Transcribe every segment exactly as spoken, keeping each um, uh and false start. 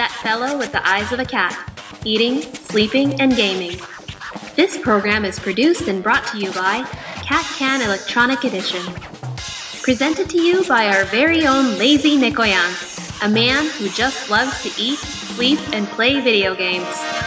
that fellow with the eyes of a cat, eating, sleeping, and gaming. This program is produced and brought to you by Cat Can Electronic Edition. Presented to you by our very own Lazy Nekoyan, a man who just loves to eat, sleep, and play video games.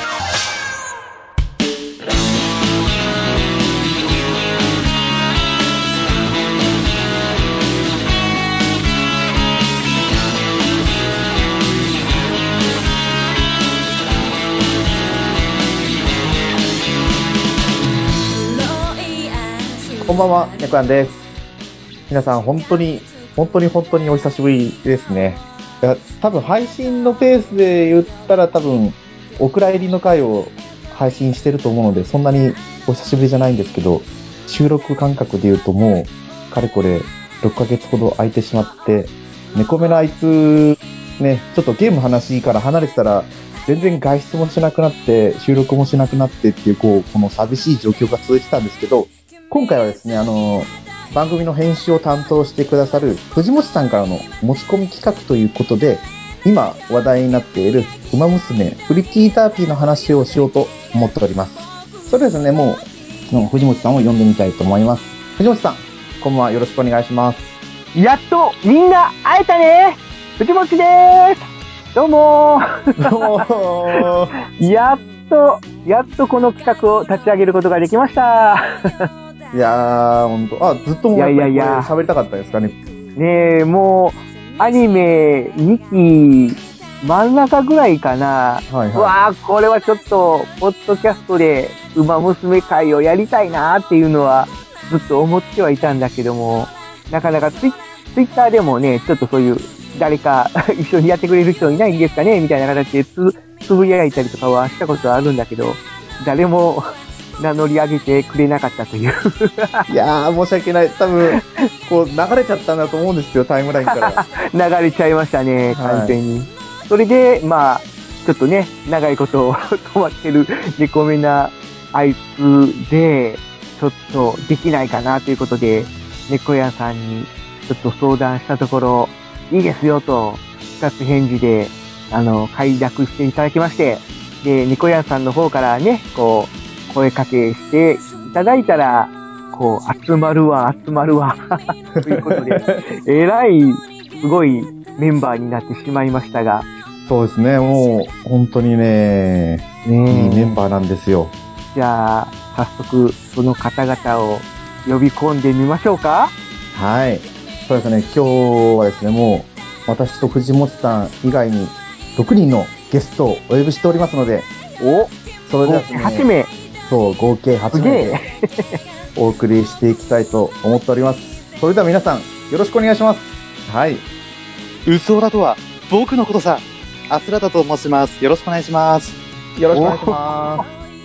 こんばんは、ネコヤンです。皆さん、本当に、本当に本当にお久しぶりですね。いや、多分配信のペースで言ったら多分、お蔵入りの回を配信してると思うので、そんなにお久しぶりじゃないんですけど、収録感覚で言うともう、かれこれろっかげつほど空いてしまって、猫目のあいつ、ね、ちょっとゲームの話から離れてたら、全然外出もしなくなって、収録もしなくなってっていう、こう、この寂しい状況が続いてたんですけど、今回はですね、あの、番組の編集を担当してくださる藤本さんからの持ち込み企画ということで、今話題になっているウマ娘プリティーターピーの話をしようと思っております。それですね、もう、その藤本さんを呼んでみたいと思います。藤本さん、こんばんは、よろしくお願いします。 やっとみんな会えたね。藤本でーす。どうもー。どうもー。やっと、やっとこの企画を立ち上げることができました。 いやー、ほんと、あ、ずっともうやっぱりこれ喋りたかったですかね。 ねえ、もう、アニメにき真ん中ぐらいかな。はいはい、うわー、これはちょっと、ポッドキャストで、ウマ娘会をやりたいなーっていうのは、ずっと思ってはいたんだけども、なかなかツイツイッターでもね、ちょっとそういう、誰か一緒にやってくれる人いないんですかねみたいな形でつ、つぶやいたりとかはしたことはあるんだけど、誰も名乗り上げてくれなかったという。 いやー、申し訳ない。多分、こう、流れちゃったんだと思うんですよ、タイムラインから。 流れちゃいましたね、完全に。はい、それで、まあ、ちょっとね、長いこと止まってる猫目なあいつで、ちょっとできないかなということで、猫屋さんにちょっと相談したところ、いいですよと、二つ返事で、あの、快諾していただきまして、で、猫屋さんの方からね、こう、声かけしていただいたら、こう、集まるわ、集まるわ、ということで、えらい、すごいメンバーになってしまいましたが。 そうですね、もう、本当にね、ねいいメンバーなんですよ。 じゃあ、早速、その方々を呼び込んでみましょうか。 はい。そうですね、今日はですね、もう、私と藤本さん以外にろくにんのゲストをお呼びしておりますので、 おそれではですね、 はちめい。 そう、合計はちめいでお送りしていきたいと思っております。それでは皆さん、よろしくお願いします。はい。 うそらとは、僕のことさ、アスラダと申します。よろしくお願いします。 よろしくお願いします。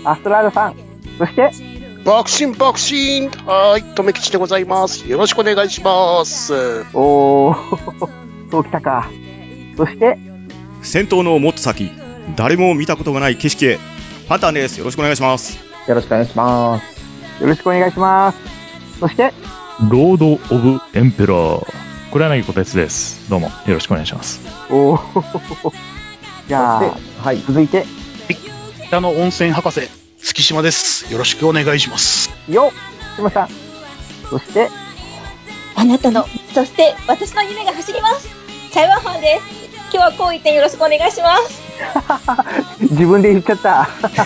アスラダさん、そして、 爆心爆心はい、とめきちでございます。よろしくお願いします。 おー、そうきたか。そして、 戦闘のもっと先、誰も見たことがない景色へ、パンタンです。よろしくお願いします。 よろしくお願いします。 よろしくお願いします。そして、 ロード・オブ・エンペラー、黒柳小鉄です。どうもよろしくお願いします。 おー、じゃあ、はい、続いて、 北の温泉博士、月島です。よろしくお願いします。 よっ、島さん。そして、 あなたの、そして私の夢が走ります。台湾ファンです。今日はこう一点よろしくお願いします。 自分で言っちゃった。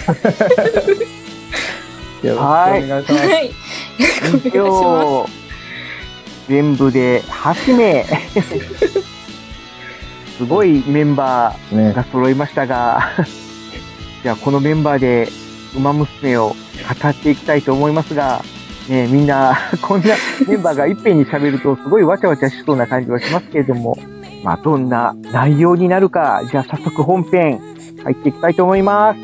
よろしくお願いします。はい。 今日、全部ではちめい。すごいメンバーが揃いましたが、ね、じゃあこのメンバーで、ウマ娘を語っていきたいと思いますが、ね、みんな、こんなメンバーがいっぺんに喋るとすごいわちゃわちゃしそうな感じはしますけれども、まあどんな内容になるか、じゃあ早速本編入っていきたいと思います。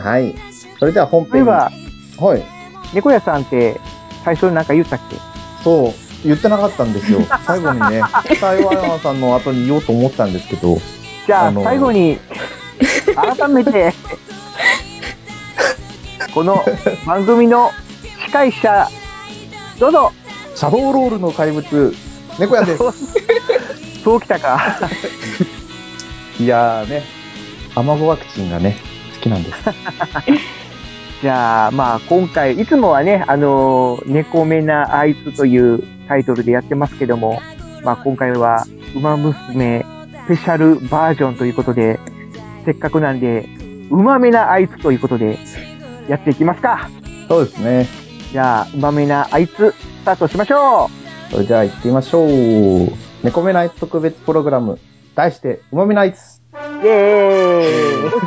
はい。それでは本編。例えば、 はい。猫屋さんって最初に何か言ったっけ？ そう、言ってなかったんですよ。最後にね、台湾さんの後に言おうと思ったんですけど。 じゃあ、あのー、最後に、改めて、この番組の司会者、どうぞ。 シャドーロールの怪物、猫屋です。 そうきたか。 いやーね、 卵ワクチンがね、好きなんです。 じゃあ、まあ、今回、いつもはね、あのー、猫目なあいつというタイトルでやってますけども、まあ、今回は、ウマ娘スペシャルバージョンということで、せっかくなんで、うまめなあいつということで、やっていきますか。 そうですね。 じゃあ、うまめなあいつ、スタートしましょう。それじゃあ行ってみましょう。猫目なあいつ特別プログラム、題して、うまめなあいつ。 イェーイ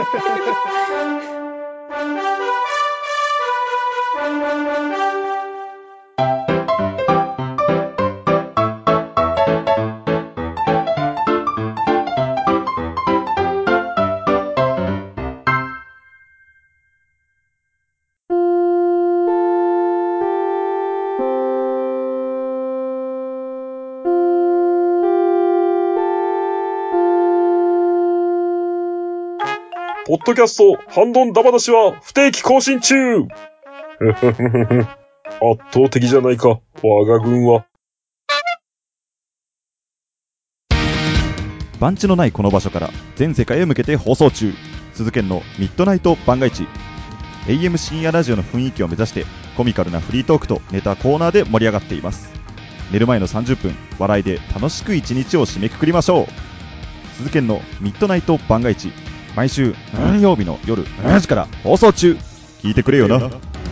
ポッドキャスト、ハンドンダバなしは不定期更新中圧倒的じゃないか、我が軍は。 番地のないこの場所から全世界へ向けて放送中。鈴研のミッドナイト番外地。エーエム 深夜ラジオの雰囲気を目指してコミカルなフリートークとネタコーナーで盛り上がっています。寝る前のさんじゅっぷん、笑いで楽しく一日を締めくくりましょう。鈴研のミッドナイト番外地。毎週何曜日の夜しちじから放送中。聞いてくれよな。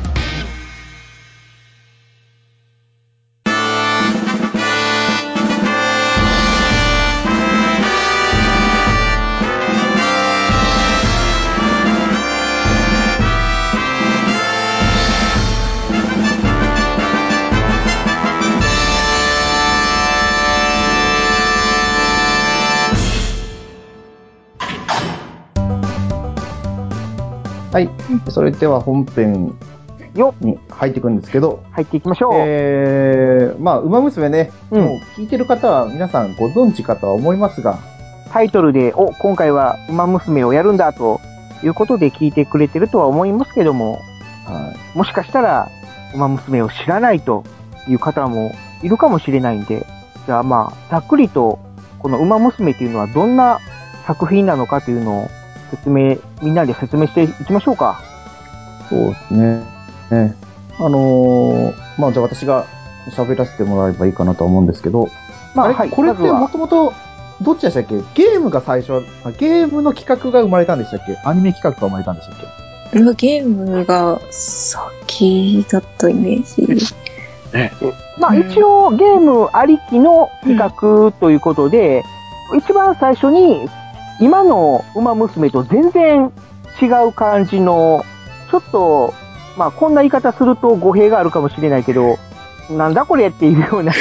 はい。それでは本編に入っていくんですけど。 入っていきましょう。 えー、まあ、ウマ娘ね、うん、もう聞いてる方は皆さんご存知かとは思いますが。 タイトルで、お、今回はウマ娘をやるんだということで聞いてくれてるとは思いますけども、はい、もしかしたらウマ娘を知らないという方もいるかもしれないんで、じゃあまあ、ざっくりと、このウマ娘っていうのはどんな作品なのかというのを説明、みんなで説明していきましょうか。 そうですね。ねあのー、まあじゃあ私が喋らせてもらえばいいかなと思うんですけど、まあ、あれ、はい、これってもともとどっちでしたっけ？ゲームが最初、ゲームの企画が生まれたんでしたっけ？アニメ企画が生まれたんでしたっけ？ゲームが先だったイメージ。 ね、まあ一応ゲームありきの企画ということで、うん、一番最初に今のウマ娘と全然違う感じの、ちょっと、まあこんな言い方すると語弊があるかもしれないけど、なんだこれっていうような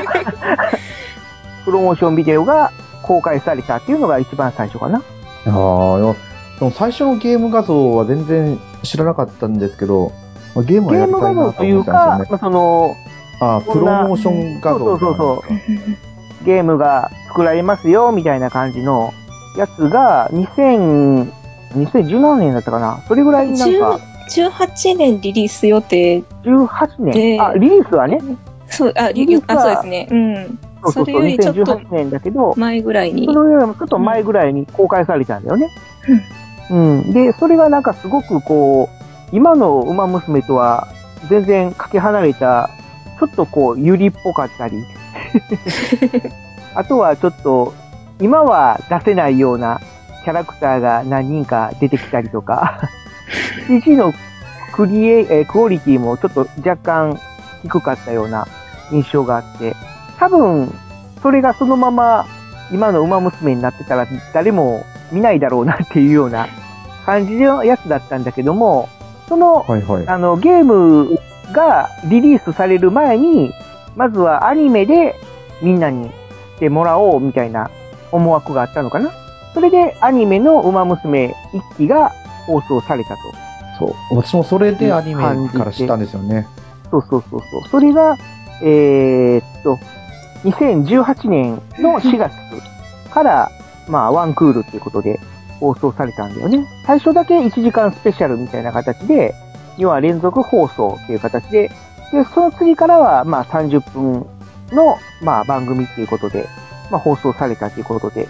プロモーションビデオが公開されたっていうのが一番最初かな。 ああ、でも最初のゲーム画像は全然知らなかったんですけど、ゲームはやりたいなと思ったんですよね。ゲーム画像というか、まあ、 その、 ああ、プロモーション画像。 そうそうそう。ゲームが作られますよみたいな感じのやつがにせん、にせんじゅうななねんだったかな。それぐらいになんか。 じゅうはちねんリリース予定。 じゅうはちねん。あ、リリースはね。 そう、あ、リリースは。あ、そうですね。うん。 そうそうそう。にせんじゅうはちねんだけど。 前ぐらいに。 そのよりもちょっと前ぐらいに公開されたんだよね。うん。うん。で、それがなんかすごくこう、今のウマ娘とは全然かけ離れた、ちょっとこう、ユリっぽかったり。あとはちょっと、今は出せないようなキャラクターが何人か出てきたりとか、シージー のクリエイ、えー、クオリティもちょっと若干低かったような印象があって、多分、それがそのまま今のウマ娘になってたら誰も見ないだろうなっていうような感じのやつだったんだけども、その、はいはい、あの、ゲームがリリースされる前に、まずはアニメでみんなにしてもらおうみたいな思惑があったのかな。それでアニメのウマ娘一期が放送されたと。 そう。私もそれでアニメから知ったんですよね。 そうそうそうそう。それが、えー、っと、にせんじゅうはちねんのしがつから、まあ、ワンクールっていうことで放送されたんだよね。最初だけいちじかんスペシャルみたいな形で、要は連続放送っていう形で、で、その次からは、まあ、さんじゅっぷんの、まあ、番組っていうことで、まあ、放送されたということで、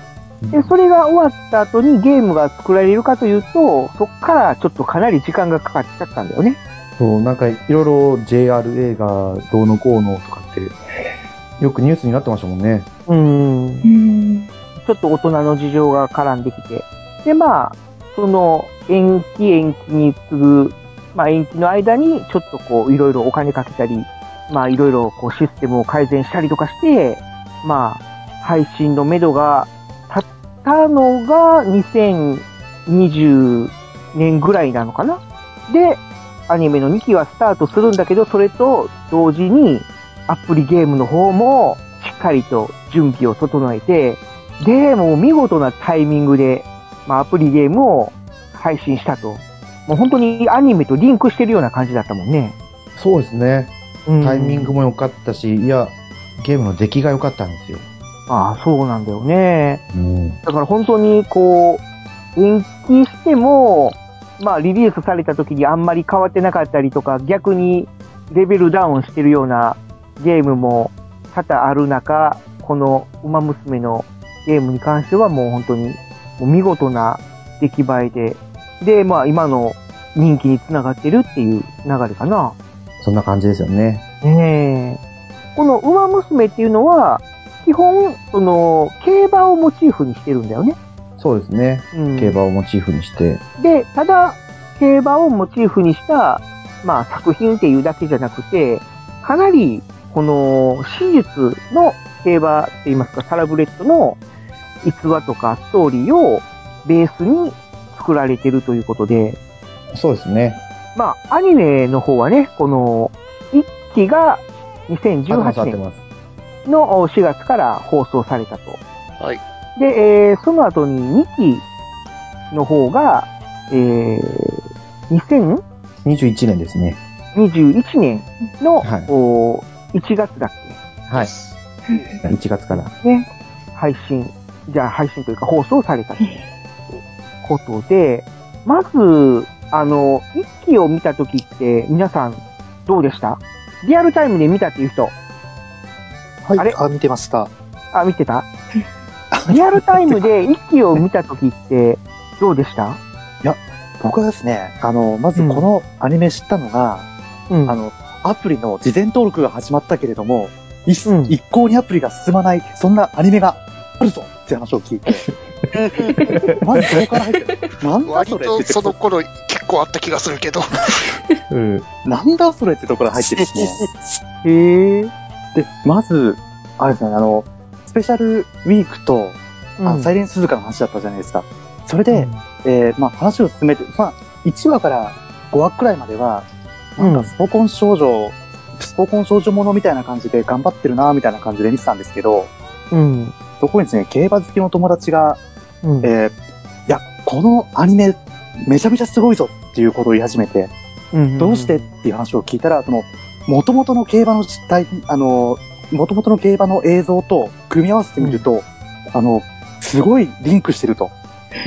で、それが終わった後にゲームが作られるかというと、そっからちょっとかなり時間がかかっちゃったんだよね。 そう、なんかいろいろ ジェイアールエー がどうのこうのとかって、よくニュースになってましたもんね。 うーん。ちょっと大人の事情が絡んできて。で、まあ、その延期延期に次ぐ、まあ延期の間にちょっとこういろいろお金かけたり、まあいろいろこうシステムを改善したりとかして、まあ配信の目処が立ったのがにせんにじゅうねんぐらいなのかな。で、アニメのにきはスタートするんだけど、それと同時にアプリゲームの方もしっかりと準備を整えて、で、もう見事なタイミングで、まあアプリゲームを配信したと。もう本当にアニメとリンクしてるような感じだったもんね。 そうですね。 うん、 タイミングも良かったし、いや、ゲームの出来が良かったんですよ。 ああ、そうなんだよね。 うん、 だから本当にこう、延期しても、まあリリースされた時にあんまり変わってなかったりとか、逆にレベルダウンしてるようなゲームも多々ある中、このウマ娘のゲームに関してはもう本当にもう見事な出来栄えで、で、まあ今の人気につながってるっていう流れかな。 そんな感じですよね。 ねえ。このウマ娘っていうのは、基本、その、競馬をモチーフにしてるんだよね。 そうですね。うん、競馬をモチーフにして。 で、ただ、競馬をモチーフにした、まあ作品っていうだけじゃなくて、かなり、この、史実の競馬って言いますか、サラブレッドの逸話とかストーリーをベースに作られてるということで。 そうですね。 まあ、アニメの方はね、この、いっきがにせんじゅうはちねんのしがつから放送されたと。 はい。 で、えー、その後ににきの方が、えー、にせんにじゅういちねんですね。 にじゅういちねんの、はい、いちがつだっけ？はい。いちがつから。 ね。配信、じゃあ配信というか放送されたということで、まず、あの、いっきを見たときって皆さんどうでした？リアルタイムで見たっていう人。 はい、あれあ、見てました。 あ、見てた？リアルタイムでいっきを見たときってどうでした？ いや、僕はですね、あの、まずこのアニメ知ったのが、うん、あの、アプリの事前登録が始まったけれども、一、うん、一向にアプリが進まない、そんなアニメがあるぞって話を聞いて、まずそこから入って、なんだそれって。 割とその頃結構あった気がするけど。 うん、なんだそれってところから入ってですね。 へー。 で、まず、あれですね、あの、スペシャルウィークと、うん、あサイレンスズカの話だったじゃないですか。それで、うん、えー、まあ話を進めて、まあ、いちわからごわくらいまでは、なんかスポコン少女、うん、スポコン少女ものみたいな感じで頑張ってるなみたいな感じで見てたんですけど、うん。そこにですね、競馬好きの友達が、うん、えー、いや、このアニメめちゃめちゃすごいぞっていうことを言い始めて、うんうんうん、どうしてっていう話を聞いたら、その、元々の競馬の実態、あの、元々の競馬の映像と組み合わせてみると、うん、あの、すごいリンクしてると。うん、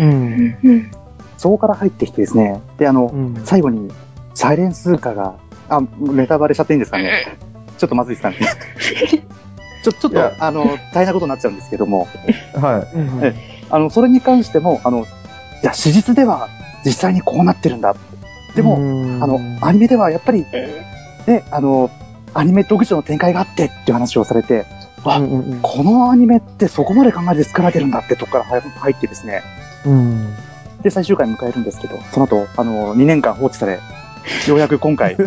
そこから入ってきてですね、で、あの、うん、最後に、サイレンスズカが、あ、ネタバレしちゃっていいんですかね。ちょっとまずいですかね。ちょ、ちょっと、あの、大変なことになっちゃうんですけども。はい。え、あの、それに関しても、あの、いや、史実では実際にこうなってるんだ。でも、あの、アニメではやっぱり、ね、あの、アニメ独自の展開があってっていう話をされて、あ、うんうん、このアニメってそこまで考えて作られてるんだってとこから入ってですね。うん、で、最終回迎えるんですけど、その後、あの、にねんかん放置され、ようやく今回、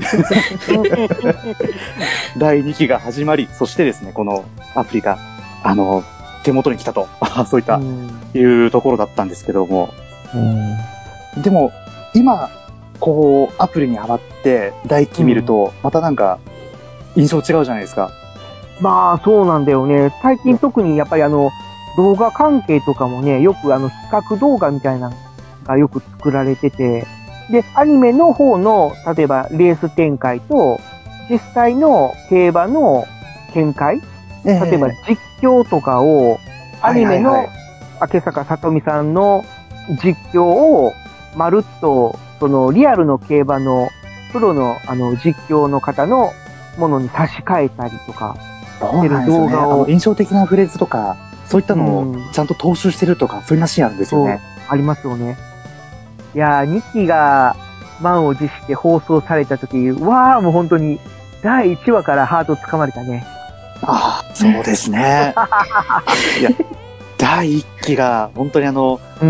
だいにきが始まり、そしてですね、このアプリが、あの、手元に来たと、そういった、いうところだったんですけども、うん、でも、今、こう、アプリにハマって、だいいっき見ると、またなんか、印象違うじゃないですか。 まあ、そうなんだよね。最近特にやっぱりあの、動画関係とかもね、よくあの、比較動画みたいなのがよく作られてて、で、アニメの方の、例えばレース展開と、実際の競馬の見解、例えば実況とかを、アニメの明坂さとみさんの実況を、まるっと、そのリアルの競馬のプロのあの実況の方のものに差し替えたりとかしてる動画を、 ね、印象的なフレーズとかそういったのをちゃんと踏襲してるとか、そういうシーンあるんですよね。 ありますよね。いやー、にきが満を持して放送されたとき、わーもう本当にだいいちわからハート掴まれたね。 ああ、そうですね。いや、だいいっきが本当にあの、うん、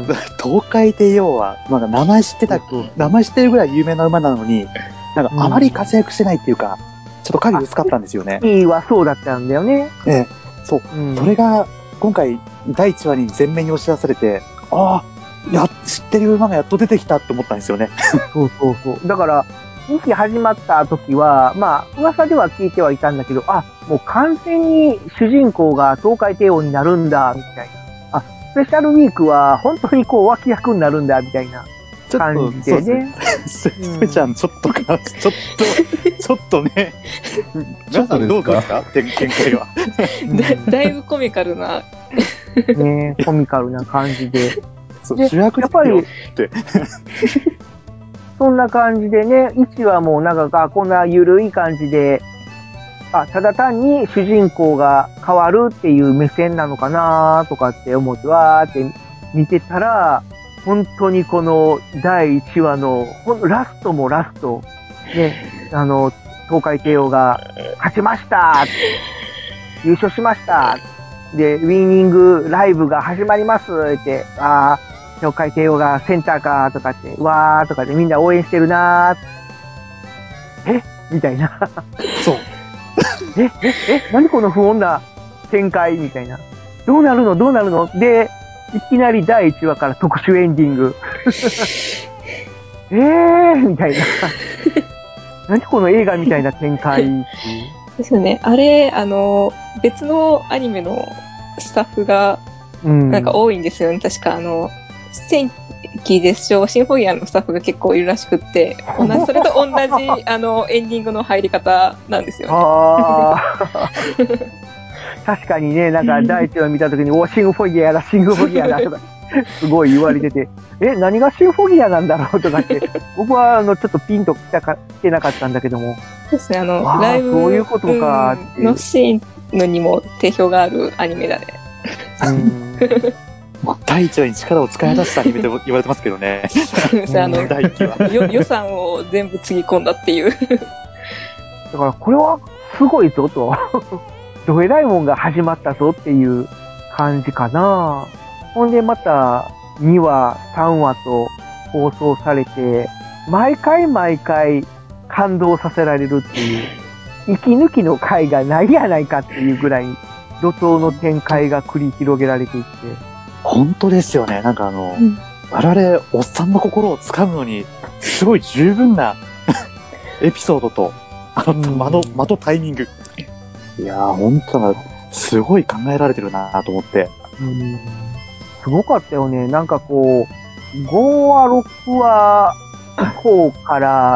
東海帝王は、なんか名前知ってた、名前知ってるぐらい有名な馬なのに、なんかあまり活躍してないっていうか、ちょっと影薄かったんですよね。 いいはそうだったんだよね。 ええ、そう。うん、それが、今回、だいいちわに全面に押し出されて、ああ、や、知ってる馬がやっと出てきたって思ったんですよね。 そうそうそう。だから、にき始まった時は、まあ、噂では聞いてはいたんだけど、あ、もう完全に主人公が東海帝王になるんだ、みたいな。あ、スペシャルウィークは本当にこう脇役になるんだ、みたいな感じでね。 スペちゃん、ちょっとか、ちょっと、ちょっとね、皆さんどうですか展開は。 だ, だいぶコミカルな。 ね、コミカルな感じで。 で主役ですよって。 そんな感じでね、いちわもなんかこんな緩い感じで、あ、ただ単に主人公が変わるっていう目線なのかなとかって思ってわーって見てたら、本当にこのだいいちわのラストもラスト、ね、あの、東海帝王が勝ちました優勝しましたで、ウィニングライブが始まりますって、あー、東海帝王がセンターかとかって、わーとかでみんな応援してるなー。えみたいな。 そう。 えええ何この不穏な展開みたいな。どうなるのどうなるので、いきなりだいいちわから特殊エンディング。えーみたいな。何この映画みたいな展開。 ですよね。あれ、あの、別のアニメのスタッフが、なんか多いんですよね。うん、確か、あの、戦記絶唱シンフォギアのスタッフが結構いるらしくって、同じ、それと同じ、あの、エンディングの入り方なんですよね。 あ確かにね、なんか、だいいちわ見たときに、お、シンフォギアだ、シンフォギアだ、とか、すごい言われてて、え、何がシンフォギアなんだろうとかって、僕は、あの、ちょっとピンと来たか、来てなかったんだけども。 そうですね、あの、ライブそういうことかっていうのシーンのにも定評があるアニメだね。 うんだいいちわに力を使い出したアニメと言われてますけどね。 あのだいいちわよ予算を全部つぎ込んだっていう。 だからこれはすごいぞと。どえらいもんが始まったぞっていう感じかな。ほんでまたにわ、さんわと放送されて、毎回毎回感動させられるっていう、息抜きの回がないやないかっていうぐらい、怒涛の展開が繰り広げられていって。 本当ですよね。なんかあの、うん、我々、おっさんの心を掴むのに、すごい十分なエピソードと、あの、間の、間とタイミング。いやー、本当だ、すごい考えられてるなと思って。 うんすごかったよね。なんかこう、ごわ、ろくわ以降から、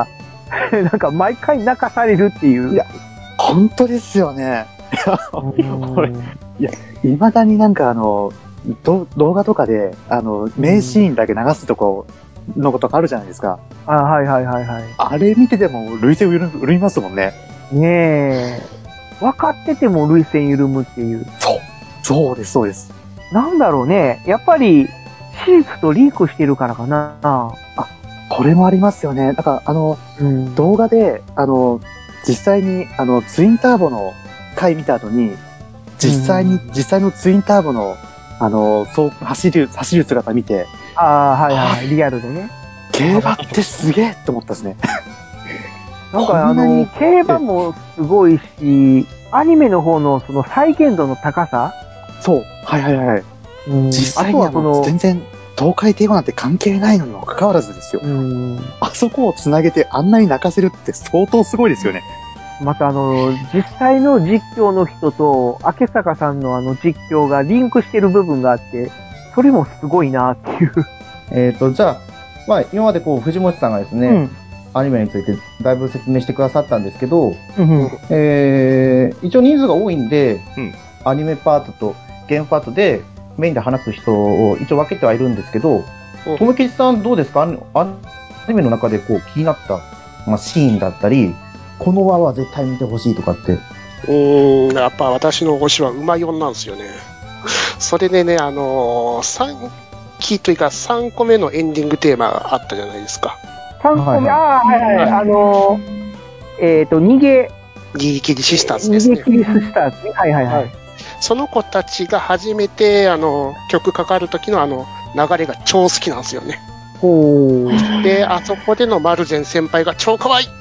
なんか毎回泣かされるっていう。 いや、本当ですよね。俺、いや、未だになんかあの、動画とかで、あの、名シーンだけ流すとこのことがあるじゃないですか。 あ、はいはいはいはい。 あれ見てても、涙腺緩みますもんね。 ねえ。分かってても涙腺緩むっていう。 そう。そうです、そうです。 なんだろうね。やっぱり、シーツとリンクしてるからかな。あ、 これもありますよね。だから、あの、うん、動画で、あの、実際に、あの、ツインターボの回見た後に、実際に、うん、実際のツインターボのあの、そう、走る、走る姿見て。 ああ、はいはい、リアルでね。 競馬ってすげえって思ったですね。 なんかあの、競馬もすごいし、アニメの方のその再現度の高さそう、はいはいはい。実際にはもう全然、東海帝王なんて関係ないのにもかかわらずですよ。うんあそこをつなげてあんなに泣かせるって相当すごいですよね。 またあの、実際の実況の人と、明坂さんのあの実況がリンクしてる部分があって、それもすごいなっていう。 えっと、じゃあ、まあ、今までこう、藤本さんがですね、うん、アニメについてだいぶ説明してくださったんですけど、うんうん、えー、一応人数が多いんで、うん、アニメパートとゲームパートでメインで話す人を一応分けてはいるんですけど、ともきちさんどうですか？アニメの中でこう気になった、まあ、シーンだったり、この輪は絶対見てほしいとかって。 うーん、やっぱ私の推しは馬よんなんですよね。 それでね、あのー、さんきというかさんこめのエンディングテーマがあったじゃないですか。 さんこめ、ああ、はいはいはい、あのー、えっと、逃げ、 逃げ切りシスターズですね。 逃げ切りシスターズね。はいはいはい。はい、 その子たちが初めて、あの、曲かかる時のあの、流れが超好きなんですよね。 ほー。 で、あそこでのマルゼン先輩が超可愛い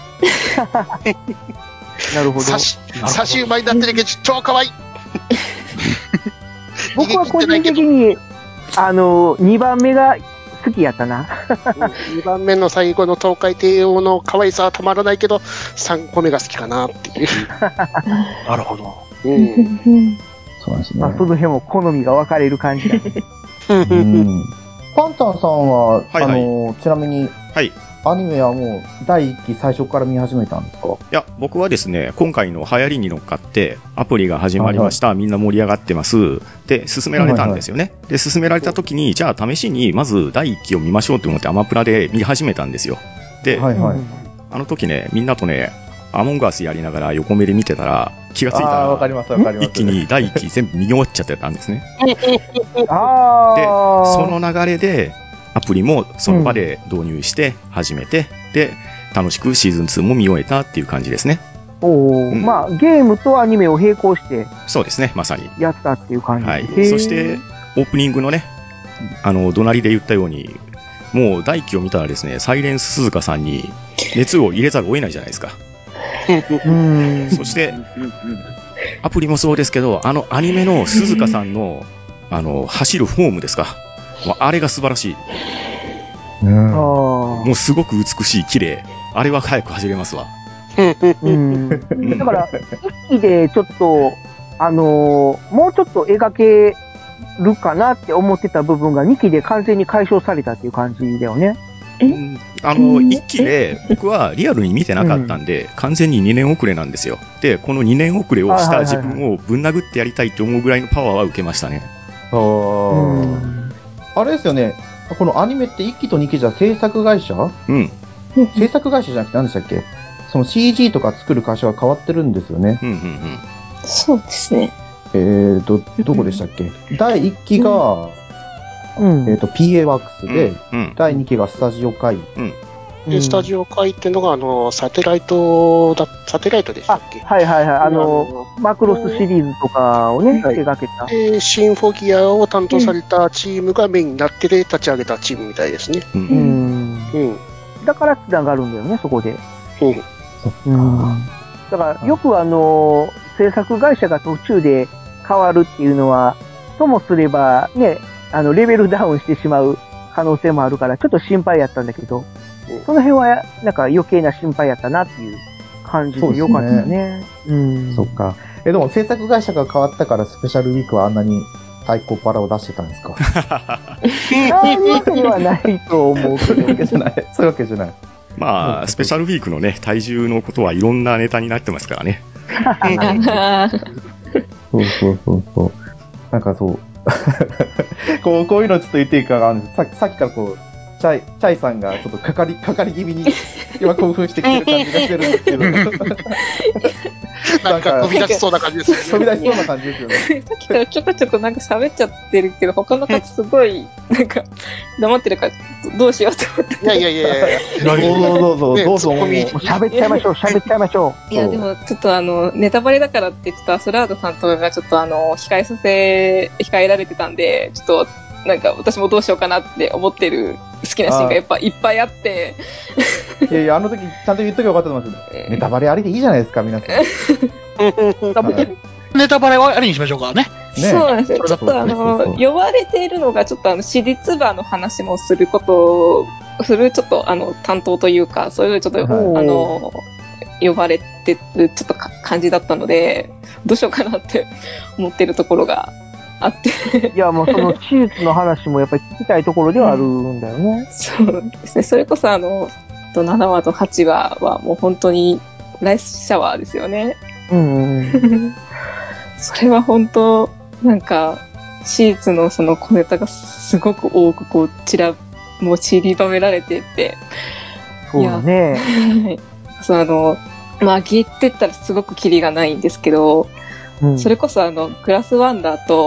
なるほど。 差し、差し馬になってるけど超可愛い僕は個人的に、あの、にばんめが好きやったな。 にばんめの最後の東海帝王の可愛さはたまらないけど、さんこめが好きかなっていう。 なるほど。 うん。 そうなんですね。 まあ、その辺も好みが分かれる感じだ。 うん。パンタンさんは、 はいはい、 あの、ちなみに、 はい。 アニメはもうだいいっき最初から見始めたんですか？いや、僕はですね、今回の流行りに乗っかって、アプリが始まりました、はいはい、みんな盛り上がってます、で、勧められたんですよね。はいはい、で、勧められた時に、じゃあ試しに、まずだいいっきを見ましょうと思ってアマプラで見始めたんですよ。で、はいはい、あの時ね、みんなとね、アモンガースやりながら横目で見てたら、気がついたら、 わかりますわかります。 一気にだいいっき全部見終わっちゃってたんですね。 あで、その流れで、アプリもその場で導入して始めて、うん、で楽しくシーズンツーも見終えたっていう感じですね。 おお、うん、まあゲームとアニメを並行してそうですね、まさにやったっていう感じ。 はい。そしてオープニングのね、あの怒鳴りで言ったように、もうだいいっきを見たらですね、サイレンス鈴鹿さんに熱を入れざるを得ないじゃないですか。うんそしてアプリもそうですけど、あのアニメの鈴鹿さんのあの走るフォームですか。あれが素晴らしい。うん、もうすごく美しい、綺麗。あれは早く走れますわ。 うん、だから、一気でちょっと、あのー、もうちょっと描けるかなって思ってた部分がにきで完全に解消されたっていう感じだよね。 うん、あの、いっきで僕はリアルに見てなかったんで、うん、完全ににねん遅れなんですよ。で、このにねん遅れをした自分をぶん殴ってやりたいと思うぐらいのパワーは受けましたね。 うんあれですよね、このアニメっていっきとにきじゃ制作会社、 うん、 制作会社じゃなくて何でしたっけ、その シージー とか作る会社は変わってるんですよね。 うんうんうん、 そうですね。 えーと、どこでしたっけ、だいいっきが、うんえー、と ピーエー ワークスで、うんうん、だいにきがスタジオ会、 うんでスタジオ会っていうのが、あの、サテライトだ、サテライトでしたっけ？ はいはいはい。あの、マクロスシリーズとかをね、手掛けた。 で、シンフォギアを担当されたチームがメインになってで立ち上げたチームみたいですね。 うん。うん。だからつながるんだよね、そこで。うん。うん。だから、よくあの、制作会社が途中で変わるっていうのは、ともすれば、ね、あの、レベルダウンしてしまう可能性もあるから、ちょっと心配やったんだけど、その辺は、なんか余計な心配やったなっていう感じでよかったね。ねうん。そっか。え、でも制作会社が変わったからスペシャルウィークはあんなに太鼓パラを出してたんですか？ そういうわけではないと思うけど。そういうわけじゃない。 そういうわけじゃない。 まあ、スペシャルウィークのね、体重のことはいろんなネタになってますからね。 そうそうそうそう。なんかそう。こう、こういうのちょっと言っていいかが、ささっきからこう、チャイ、チャイさんがちょっとかかり、かかり気味に今興奮してきてる感じがしてるんですけど。 なんか飛び出しそうな感じですよね。 飛び出しそうな感じですよね。 さっきからちょこちょこなんか喋っちゃってるけど、他の方すごい、なんか、黙ってるから、どうしようと思って。 いやいやいやいやどうぞどうぞ、どうぞ。 喋っちゃいましょう、喋っちゃいましょう。いや、でもちょっとあの、ネタバレだからって、ちょっとアスラードさんとかがちょっとあの、控えさせ、控えられてたんで、ちょっと、なんか私もどうしようかなって思ってる好きなシーンがやっぱいっぱいあって。 いやいや、あの時ちゃんと言っとけばよかったと思いますけど、ネタバレありでいいじゃないですか、皆さん。 ネタバレはありにしましょうかね。 そうなんですよ。ちょっとあの、呼ばれているのがちょっとあの、私立場の話もすることを、するちょっとあの、担当というか、そういうちょっと、はい、あの、呼ばれてるちょっと感じだったので、どうしようかなって思ってるところが、あって。 いや、もうその手術の話もやっぱり聞きたいところではあるんだよね。 うん、そうですね。それこそあの、ななわとはちわはもう本当にライスシャワーですよね。 うん、うん。 それは本当、なんか、手術のその小ネタがすごく多くこう、ちら、もう散りばめられてて。 そうだね。 そうあの、まあ、ギってったらすごくキリがないんですけど、うん、それこそあの、クラスワンダーと、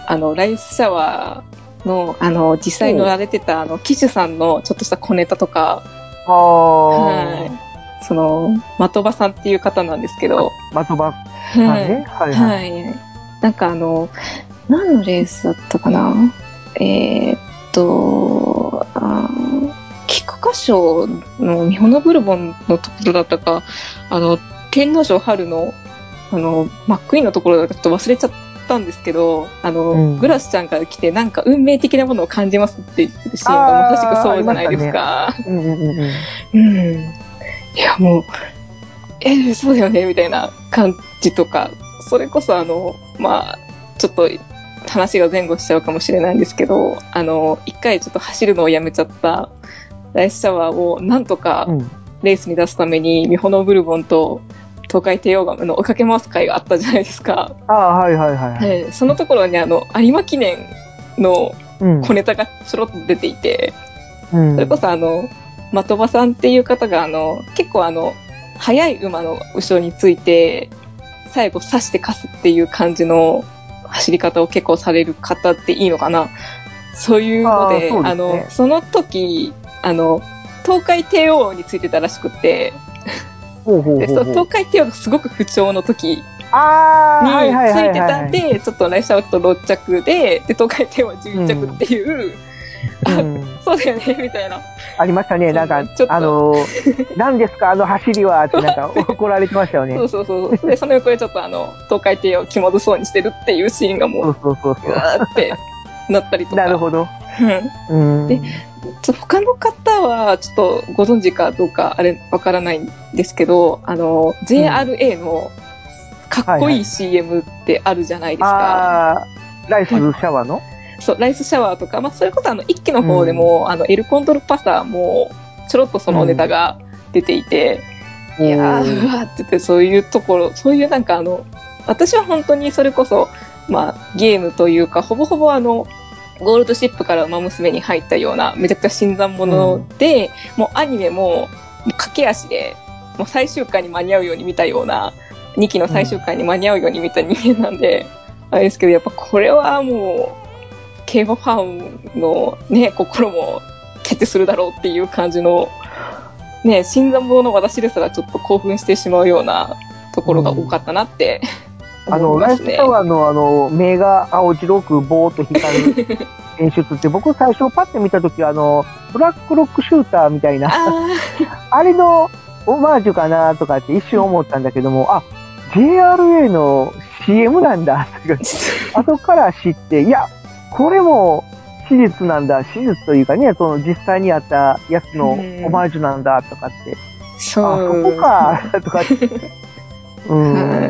あの、ライスシャワーの、あの、実際乗られてた、あの、騎手さんのちょっとした小ネタとか、 あはい。その、的場さんっていう方なんですけど、 的場さんね。はい、はい、はい。 なんかあの、何のレースだったかなえー、っと、あ菊花賞のミホノブルボンのところだったか、あの、天皇賞春の、あの、マックイーンのところだったかちょっと忘れちゃったんですけど、あの、うん、グラスちゃんから来て、なんか運命的なものを感じますって言ってるシーンがまさしくそうじゃないですか。 ね、うんうんうん。 うん。いや、もう、えー、そうだよね、みたいな感じとか、それこそあの、まあ、ちょっと、話が前後しちゃうかもしれないんですけど、あの、一回ちょっと走るのをやめちゃったライスシャワーをなんとかレースに出すために、うん、ミホノブルボンと東海帝王ガムの追いかけ回す会があったじゃないですか。 ああ、はいはいはい、はい。 そのところにあの、有馬記念の小ネタがちょろっと出ていて、うん、それこそあの、的場さんっていう方があの、結構あの、速い馬の後ろについて、最後刺して勝つっていう感じの走り方を結構される方っていいのかな。そういうので、あ、そうですね、あの、その時、あの、東海帝王についてたらしくて、 ほうほうほうほう、 で、そう、東海帝王がすごく不調の時についてたんで、ちょっとライスシャワーとろっ着で、で、東海帝王はじゅういっ着っていう、うん、あ、そうだよね、みたいな。 ありましたね、なんか、あのー、何ですか、あの走りは、ってなんか怒られてましたよね。 そうそうそう。で、その横でちょっとあの、東海帝王を気まずそうにしてるっていうシーンがもう、 そうそうそうそう。 うわーってなったりとか。 なるほど。 うん。で、ちょ他の方はちょっとご存知かどうかあれわからないんですけど、あの、ジェイアールエー のかっこいい シーエム ってあるじゃないですか。 はいはい、ああ、ライスシャワーの、 そう、ライスシャワーとか、まあ、それこそあの、一期の方でも、うん、あの、エルコンドルパサーも、ちょろっとそのネタが出ていて、うん、いやー、うわーって言って、そういうところ、そういうなんかあの、私は本当にそれこそ、まあ、ゲームというか、ほぼほぼあの、ゴールドシップから馬娘に入ったような、めちゃくちゃ新参者で、うん、もうアニメも、もう駆け足で、もう最終回に間に合うように見たような、にきの最終回に間に合うように見た人間なんで、うん、あれですけど、やっぱこれはもう、競馬ファンのね、心も決定するだろうっていう感じの、ね、新参者の私ですらちょっと興奮してしまうようなところが多かったなって思いますね。 あの、ライスシャワーのあの、目が青白くボーっと光る演出って、僕最初パッて見たときあの、ブラックロックシューターみたいな、あ, あれのオマージュかなとかって一瞬思ったんだけども、あ、ジェイアールエー の シーエム なんだ後から知って、いや、これも史実なんだ、史実というかね、その実際にあったやつのオマージュなんだとかって、 そうあ、そこかとかって、うん、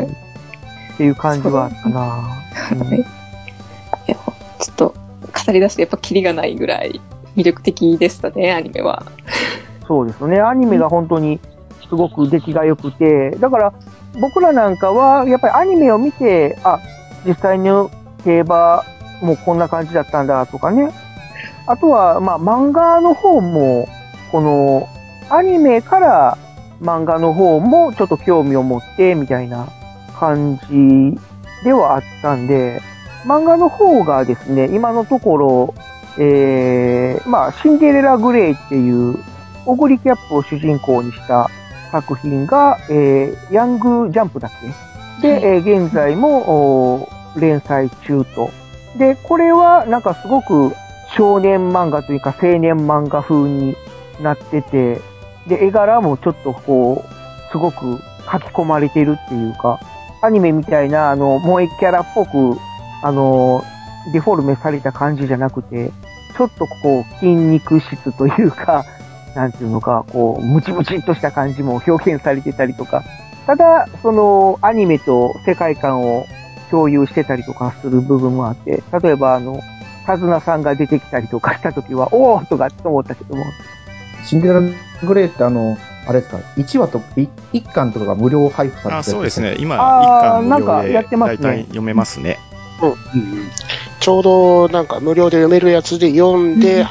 っていう感じはあったな。うん、いや、ちょっと語り出してやっぱキリがないぐらい魅力的でしたね、アニメは。 そうですね、アニメが本当にすごく出来が良くて、だから僕らなんかはやっぱりアニメを見て、あ、実際の競馬もうこんな感じだったんだとかね。あとは、まあ、漫画の方も、この、アニメから漫画の方もちょっと興味を持って、みたいな感じではあったんで、漫画の方がですね、今のところ、えー、まあ、シンデレラグレイっていう、オグリキャップを主人公にした作品が、えー、ヤングジャンプだっけで、えー、現在も連載中と。で、これはなんかすごく少年漫画というか青年漫画風になってて、で、絵柄もちょっとこう、すごく書き込まれてるっていうか、アニメみたいな、あの、萌えキャラっぽく、あの、デフォルメされた感じじゃなくて、ちょっとこう、筋肉質というか、なんていうのか、こう、ムチムチっとした感じも表現されてたりとか、ただ、その、アニメと世界観を共有してたりとかする部分もあって、例えばあの、カズナさんが出てきたりとかしたときは、おーとかって思ったけども。 シンデレラグレーってあの、あれですか、いちわといっかんとかが無料配布されてる。 あ、そうですね。今、いっかん無料で大体読めますね。 うん、ちょうどなんか無料で読めるやつで読んで、うん、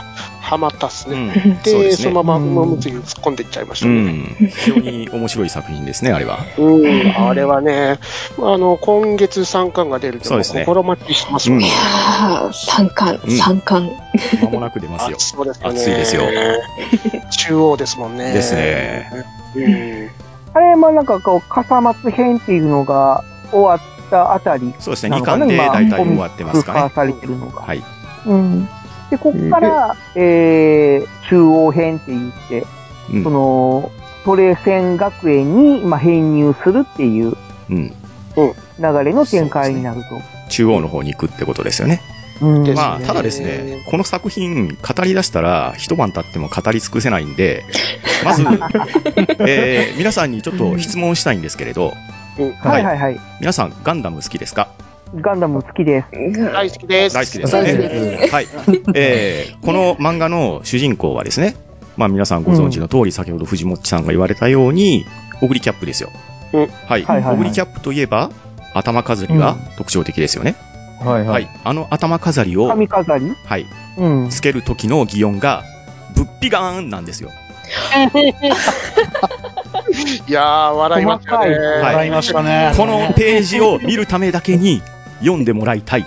ハマったっすね。 うん、 で、 そうですね。 そのまま馬娘に突っ込んでいっちゃいましたね。うん、 非常に面白い作品ですね、あれは。 うん、あれはね、あの、今月さんかんが出ると、心待ちしてますもんね。 いやー、さんかん、 うん、 さんかん。 間もなく出ますよ。 そうですね。 熱いですよ。 中央ですもんね。 ですね。 うん、 あれ、まあなんかこう、笠松編っていうのが終わったあたり。 そうですね、にかんで大体終わってますかね。 されてるのが。 はい。 うん。で、こっから、えー、中央編って言って、うん、その、トレセン学園に、まあ、編入するっていう、うん、流れの展開になると、ね。 中央の方に行くってことですよね。うん、まあ、ただですね、この作品、語り出したら、一晩経っても語り尽くせないんで、まず、えー、皆さんにちょっと質問したいんですけれど、 うん、はいはいはい。 皆さん、ガンダム好きですか？ ガンダム好きです。 大好きです。 大好きですよね。はい。えー、この漫画の主人公はですね、まあ皆さんご存知の通り、うん、先ほど藤本さんが言われたように、オグリキャップですよ。うん、はい。はいはいはい、オグリキャップといえば、頭飾りが特徴的ですよね。うん、はいはい。はい。あの頭飾りを、 髪飾りはい。うん。つける時の擬音が、ぶっぴがーんなんですよ。 いやー、笑いましたね。 笑いましたね。 このページを見るためだけに読んでもらいたい。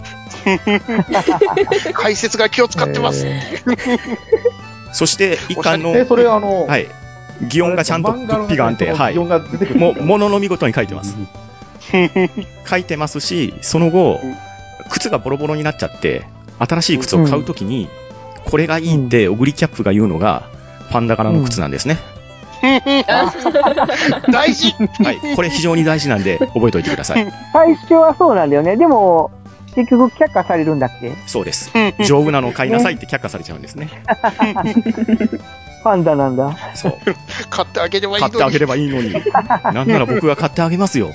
解説が気を使ってますっていう。 そして一巻の、 え、それあの、 はい、擬音がちゃんとぶっぴがんって、はい、もうものの見事に書いてます。書いてますし、その後、靴がボロボロになっちゃって、新しい靴を買うときに、うん、これがいいってオグリキャップが言うのがパンダ柄の靴なんですね。 うん、大事。 はい、これ非常に大事なんで覚えておいてください。 最初はそうなんだよね。でも結局却下されるんだっけ？ そうです。丈夫なのを買いなさいって却下されちゃうんですね。 パンダなんだ。 そう。 買ってあげればいいのに。 買ってあげればいいのに。なんなら僕が買ってあげますよ。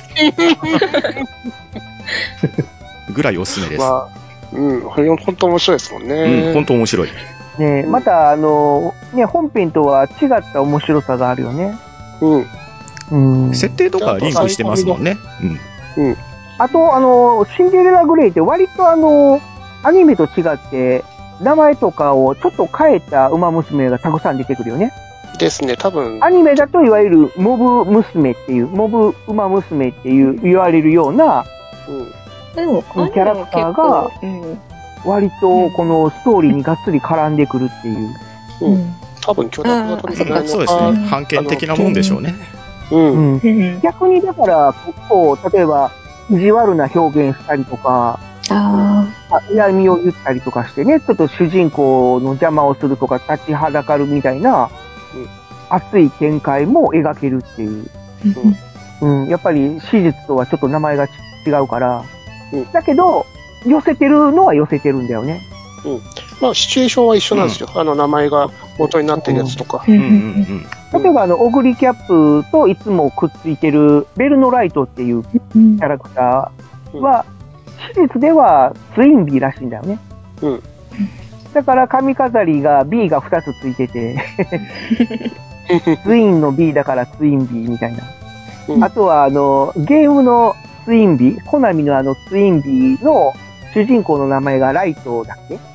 ぐらいおすすめです。まあ、うん、本当面白いですもんね。 うん、本当面白い。 ね、またあのね、本編とは違った面白さがあるよね。 うん。 うん。設定とかリンクしてますもんね。 うん。うん。 あとあのシンデレラグレイって割とあのアニメと違って名前とかをちょっと変えた馬娘がたくさん出てくるよね。 ですね、多分。 アニメだといわゆるモブ娘っていうモブ馬娘っていう言われるような、うん、でもキャラクターが。割とこのストーリーにがっつり絡んでくるっていう。 うん。多分許諾が取れてないのか。 そうですね。判権的なもんでしょうね。 うん。うん、逆にだから結構例えば意地悪な表現したりとか、あ嫌味を言ったりとかしてね、ちょっと主人公の邪魔をするとか立ちはだかるみたいな、うん、熱い展開も描けるっていう。うん。うん、やっぱり史実とはちょっと名前が違うから。うん、だけど、寄せてるのは寄せてるんだよね。 うん。まあ、シチュエーションは一緒なんですよ。うん、あの、名前が元になってるやつとか。うんうんうん、 例えば、あの、オグリキャップといつもくっついてるベルノライトっていうキャラクターは、史実ではツインビーらしいんだよね。うん。だから、髪飾りが ビー がふたつついてて、ツインの ビー だからツインビーみたいな。うん、あとは、あの、ゲームのツインビー、コナミのあのツインビーの主人公の名前がライトだっけ？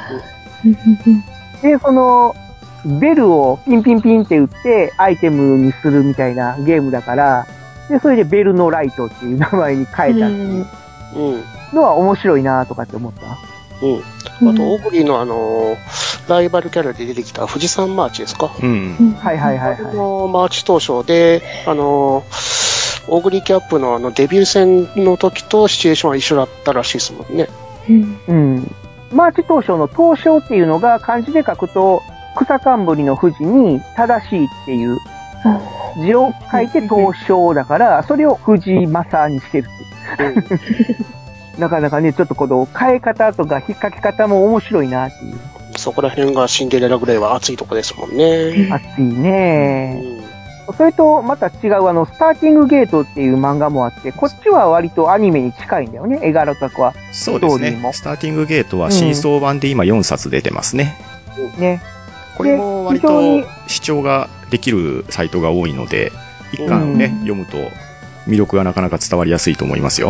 で、その、ベルをピンピンピンって打ってアイテムにするみたいなゲームだから、で、それでベルのライトっていう名前に変えたっていうのは面白いなとかって思った。 うん。あと、オグリのあの、ライバルキャラで出てきた富士山マーチですか？ うん。はいはいはいはい。 あの、マーチ当初で、あの、オグリキャップのあのデビュー戦の時とシチュエーションは一緒だったらしいですもんね。 うん。マーチ東証の東証っていうのが漢字で書くと草冠の富士に正しいっていう字を書いて東証だから、それを富士正にしてるっていう。うん、なかなかね、ちょっとこの変え方とか引っ掛け方も面白いなっていう。 そこら辺がシンデレラぐらいは熱いとこですもんね。 熱いね。うんそれとまた違うあのスターティングゲートっていう漫画もあって、こっちは割とアニメに近いんだよね、絵柄とかは。 そうですね。スターティングゲートは新装版で今よんさつ出てますね。 うん、ね。 これも割と視聴ができるサイトが多いので、一巻ね、うん、読むと魅力がなかなか伝わりやすいと思いますよ。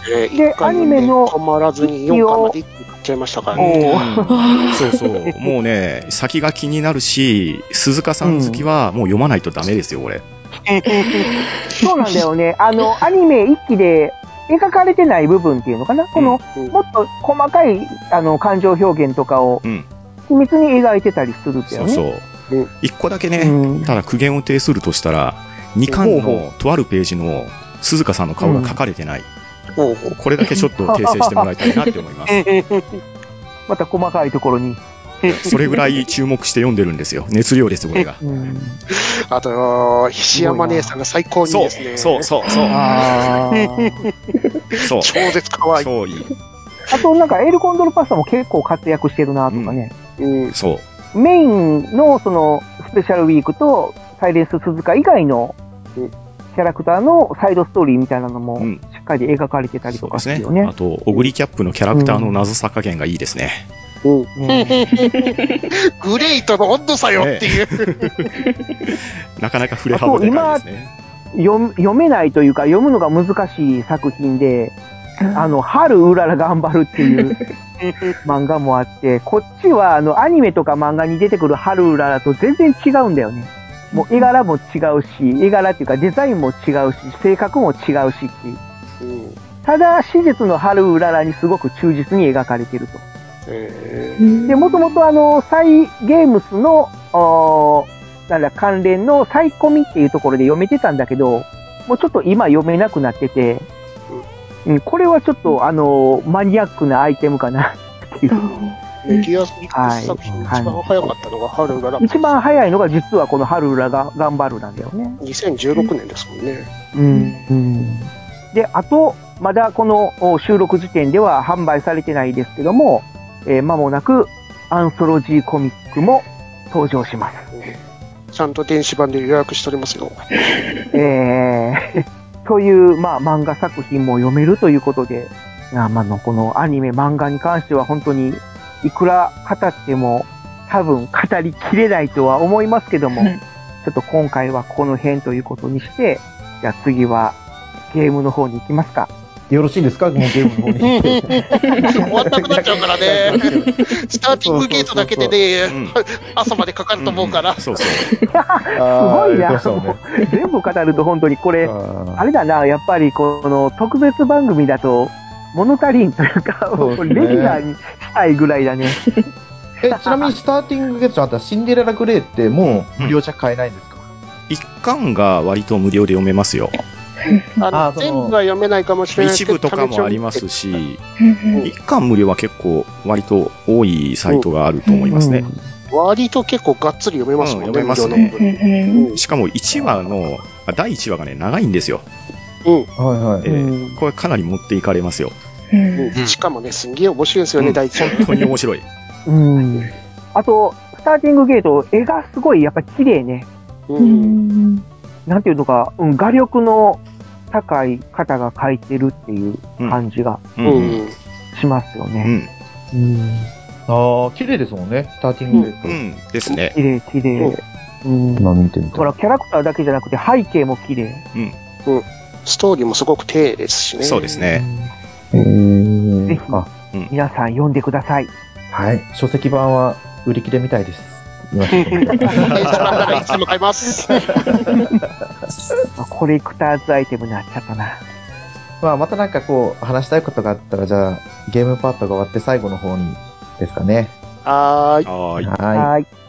えー、 で、アニメの止まらずによんかんまで一気に買っちゃいましたからね。 そうそう。もうね、先が気になるし、鈴鹿さん好きはもう読まないとダメですよ、これ。 そうなんだよね。あの、アニメ一期で描かれてない部分っていうのかな、この、うん、もっと細かいあの感情表現とかを秘密に描いてたりするっていうね。 そうそう。一個だけね、うん、ただ苦言を呈するとしたら、にかんのとあるページの鈴鹿さんの顔が描かれてない。うん、これだけちょっと訂正してもらいたいなって思います。 また細かいところに。 それぐらい注目して読んでるんですよ。熱量です、これが。うん、 あと、菱山姉さんが最高にですね。 そう、そう、そう。あそう。超絶可愛い。 そういい。 あと、なんか、エルコンドルパスタも結構活躍してるなとかね。 うん、そう。メインの、その、スペシャルウィークと、サイレンス鈴鹿以外の、キャラクターのサイドストーリーみたいなのも、しっかり描かれてたりとかするよね。 うん、そうですね。あと、オグリキャップのキャラクターの謎さ加減がいいですね。 うん、グレイとの温度差よっていう、 ね、なかなか触れ幅でかいですね。 今読めないというか読むのが難しい作品で、あの春うらら頑張るっていう漫画もあって、こっちはあのアニメとか漫画に出てくる春うららと全然違うんだよね。もう絵柄も違うし、絵柄っていうかデザインも違うし、性格も違うしっていう、うん、ただ史実の春うららにすごく忠実に描かれてると。で、もともとあの、サイゲームスの、なんだ、関連のサイコミっていうところで読めてたんだけど、もうちょっと今読めなくなってて、うん、これはちょっとあの、マニアックなアイテムかなっていう。 メディアミックス作品、一番早かったのが春うらら。 一番早いのが実はこの春うらが頑張るなんだよね。 にせんじゅうろくねんですもんね。 うん。うん、で、あと、まだこの収録時点では販売されてないですけども、えー、間もなくアンソロジーコミックも登場します。 ちゃんと電子版で予約しておりますよ。 えー、という、まあ、漫画作品も読めるということで、まあ、のこのアニメ、漫画に関しては本当にいくら語っても多分語りきれないとは思いますけども、ちょっと今回はこの辺ということにして、じゃあ次はゲームの方に行きますか。 よろしいですか、もうゲームの方に。 終わんなくなっちゃうからね。スターティングゲートだけでね、朝までかかると思うから。 そうそう。 すごいな。ね、全部語ると本当にこれ、あれだな、やっぱりこの特別番組だと物足りんというか、ね、レギュラーにしたいぐらいだね。 え、ちなみにスターティングゲートじゃなくてシンデレラグレーってもう無料じゃ買えないんですか？ 一巻が割と無料で読めますよ。 あのあ全部は読めないかもしれないけど一部とかもありますし、一巻無料は結構割と多いサイトがあると思いますね。 うん、割と結構がっつり読めますもんね。 うん、読めますね。しかもいちわのだいいちわがね長いんですよ。 うん、 はいはい。 えー、これかなり持っていかれますよ。 うん、しかもねすんげえ面白いですよね、うん、だいいちわ。 本当に面白い。 うん。あとスターティングゲート絵がすごいやっぱ綺麗ね。うん。なんていうのか、うん、画力の高い方が描いてるっていう感じがしますよね。 うんうんうん、ああ、綺麗ですもんね、スターティングゲート。 うん、うん、ですね。 綺麗綺麗。 うん。今見てみた。 だからキャラクターだけじゃなくて背景も綺麗。 うん。うん。ストーリーもすごく丁寧ですしね。 そうですね。 うん、ぜひ、うん、皆さん読んでください。 はい。書籍版は売り切れみたいです。 いつでも買います。 コレクターズアイテムになっちゃったな。 まあ、またなんかこう、話したいことがあったら、じゃあ、ゲームパートが終わって最後の方にですかね。 はーい。 はーい。 はーい。